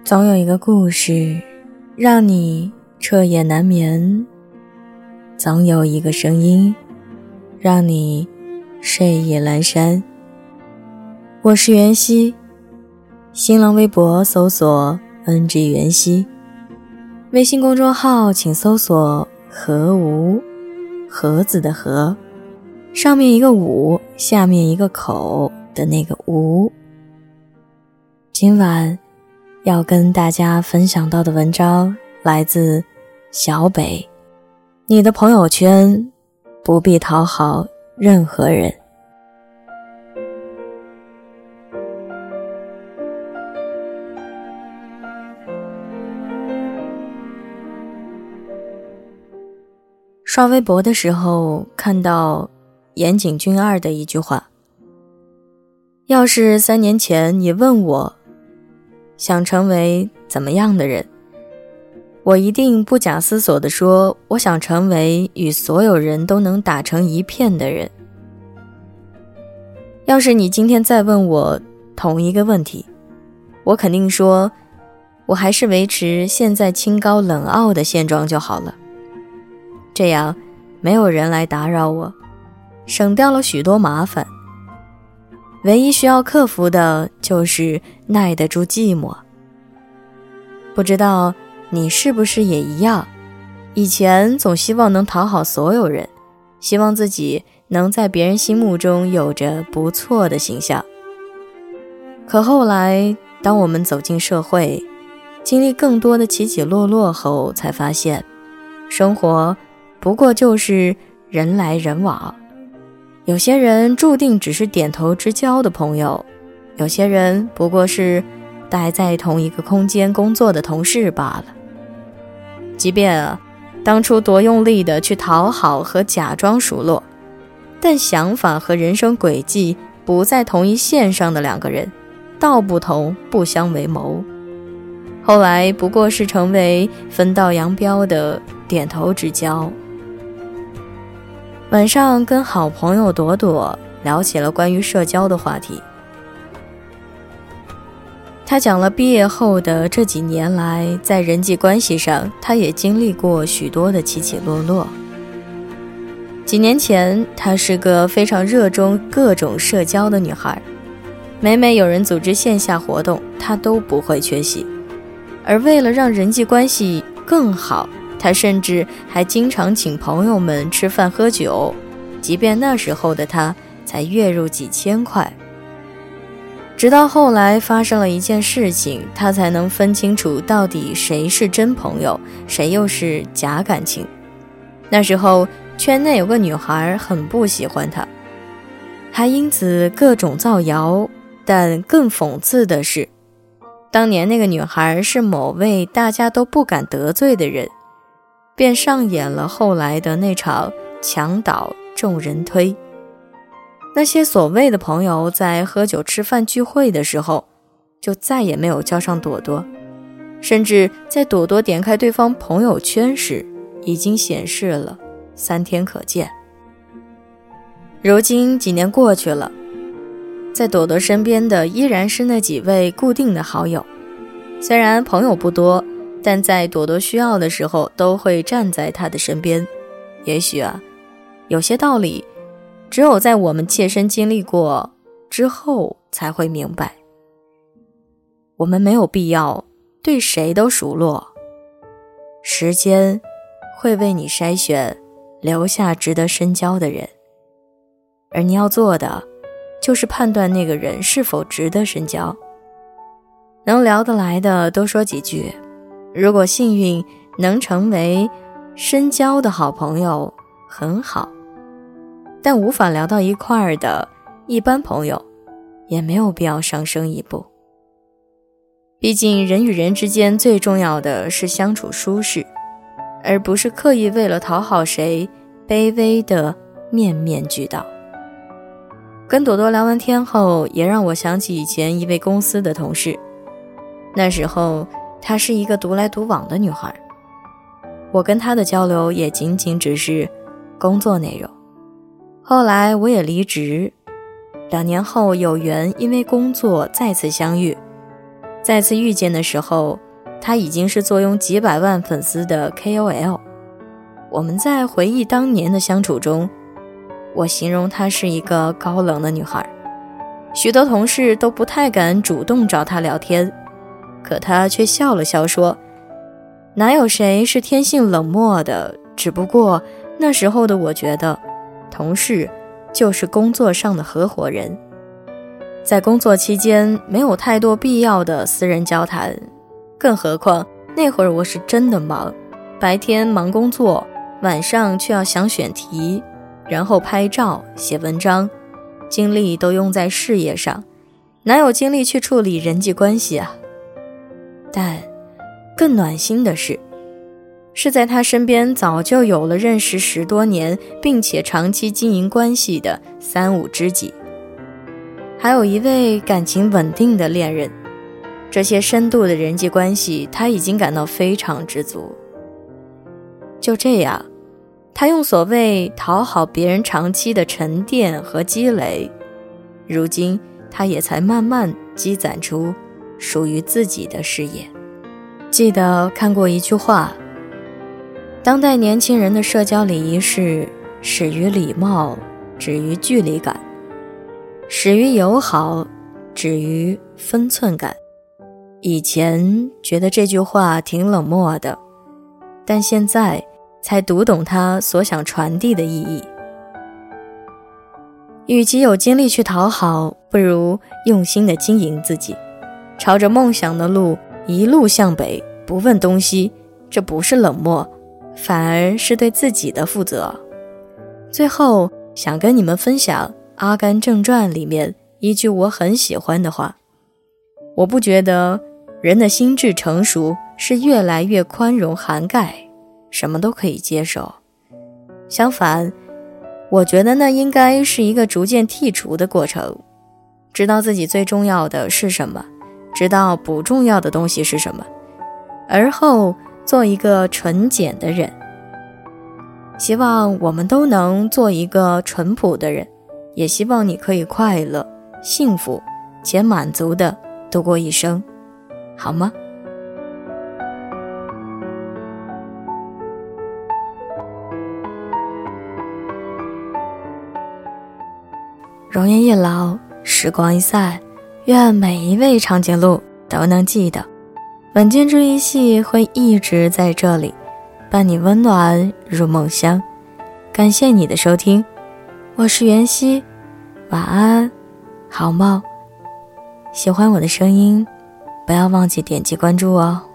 总有一个故事让你彻夜难眠，总有一个声音让你睡意阑珊。我是袁熙，新浪微博搜索 NG 袁熙，微信公众号请搜索何无，盒子的盒，上面一个五，下面一个口的那个无。今晚要跟大家分享到的文章来自小北。你的朋友圈不必讨好任何人。刷微博的时候看到岩井俊二的一句话，要是3年前你问我想成为怎么样的人，我一定不假思索地说，我想成为与所有人都能打成一片的人。要是你今天再问我同一个问题，我肯定说，我还是维持现在清高冷傲的现状就好了。这样没有人来打扰我，省掉了许多麻烦。唯一需要克服的就是耐得住寂寞。不知道你是不是也一样，以前总希望能讨好所有人，希望自己能在别人心目中有着不错的形象。可后来当我们走进社会，经历更多的起起落落后，才发现生活不过就是人来人往，有些人注定只是点头之交的朋友，有些人不过是待在同一个空间工作的同事罢了。即便当初多用力的去讨好和假装熟络，但想法和人生轨迹不在同一线上的两个人，道不同不相为谋，后来不过是成为分道扬镳的点头之交。晚上跟好朋友朵朵聊起了关于社交的话题，他讲了毕业后的这几年来，在人际关系上他也经历过许多的起起落落。几年前她是个非常热衷各种社交的女孩，每每有人组织线下活动她都不会缺席，而为了让人际关系更好，她甚至还经常请朋友们吃饭喝酒，即便那时候的她才月入几千块。直到后来发生了一件事情，她才能分清楚到底谁是真朋友，谁又是假感情。那时候圈内有个女孩很不喜欢她，还因此各种造谣，但更讽刺的是，当年那个女孩是某位大家都不敢得罪的人，便上演了后来的那场墙倒众人推。那些所谓的朋友在喝酒吃饭聚会的时候，就再也没有叫上朵朵，甚至在朵朵点开对方朋友圈时，已经显示了3天可见。如今几年过去了，在朵朵身边的依然是那几位固定的好友，虽然朋友不多，但在朵朵需要的时候都会站在她的身边。也许有些道理只有在我们切身经历过之后才会明白。我们没有必要对谁都熟络，时间会为你筛选留下值得深交的人，而你要做的就是判断那个人是否值得深交。能聊得来的多说几句，如果幸运能成为深交的好朋友很好，但无法聊到一块儿的一般朋友也没有必要上升一步。毕竟人与人之间最重要的是相处舒适，而不是刻意为了讨好谁卑微的面面俱到。跟朵朵聊完天后，也让我想起以前一位公司的同事。那时候她是一个独来独往的女孩，我跟她的交流也仅仅只是工作内容。后来我也离职，2年后有缘因为工作再次相遇， 再次遇见的时候，他已经是坐拥几百万粉丝的 KOL。 我们在回忆当年的相处中，我形容她是一个高冷的女孩，许多同事都不太敢主动找她聊天，可她却笑了笑说，哪有谁是天性冷漠的，只不过那时候的我觉得同事就是工作上的合伙人，在工作期间没有太多必要的私人交谈，更何况那会儿我是真的忙，白天忙工作，晚上却要想选题，然后拍照写文章，精力都用在事业上，哪有精力去处理人际关系啊？但更暖心的是在他身边早就有了认识10多年并且长期经营关系的3、5知己，还有一位感情稳定的恋人。这些深度的人际关系他已经感到非常知足。就这样，他用所谓讨好别人长期的沉淀和积累，如今他也才慢慢积攒出属于自己的事业。记得看过一句话，当代年轻人的社交礼仪是始于礼貌，止于距离感，始于友好，止于分寸感。以前觉得这句话挺冷漠的，但现在才读懂它所想传递的意义。与其有精力去讨好，不如用心地经营自己，朝着梦想的路一路向北，不问东西，这不是冷漠，反而是对自己的负责。最后想跟你们分享《阿甘正传》里面一句我很喜欢的话，我不觉得人的心智成熟是越来越宽容涵盖，什么都可以接受。相反，我觉得那应该是一个逐渐剔除的过程，知道自己最重要的是什么，知道不重要的东西是什么，而后做一个纯简的人。希望我们都能做一个淳朴的人，也希望你可以快乐、幸福且满足地度过一生，好吗？容颜一老，时光一散，愿每一位长颈鹿都能记得，晚间治愈系会一直在这里，伴你温暖入梦乡。感谢你的收听，我是袁熙，晚安，好梦。喜欢我的声音，不要忘记点击关注哦。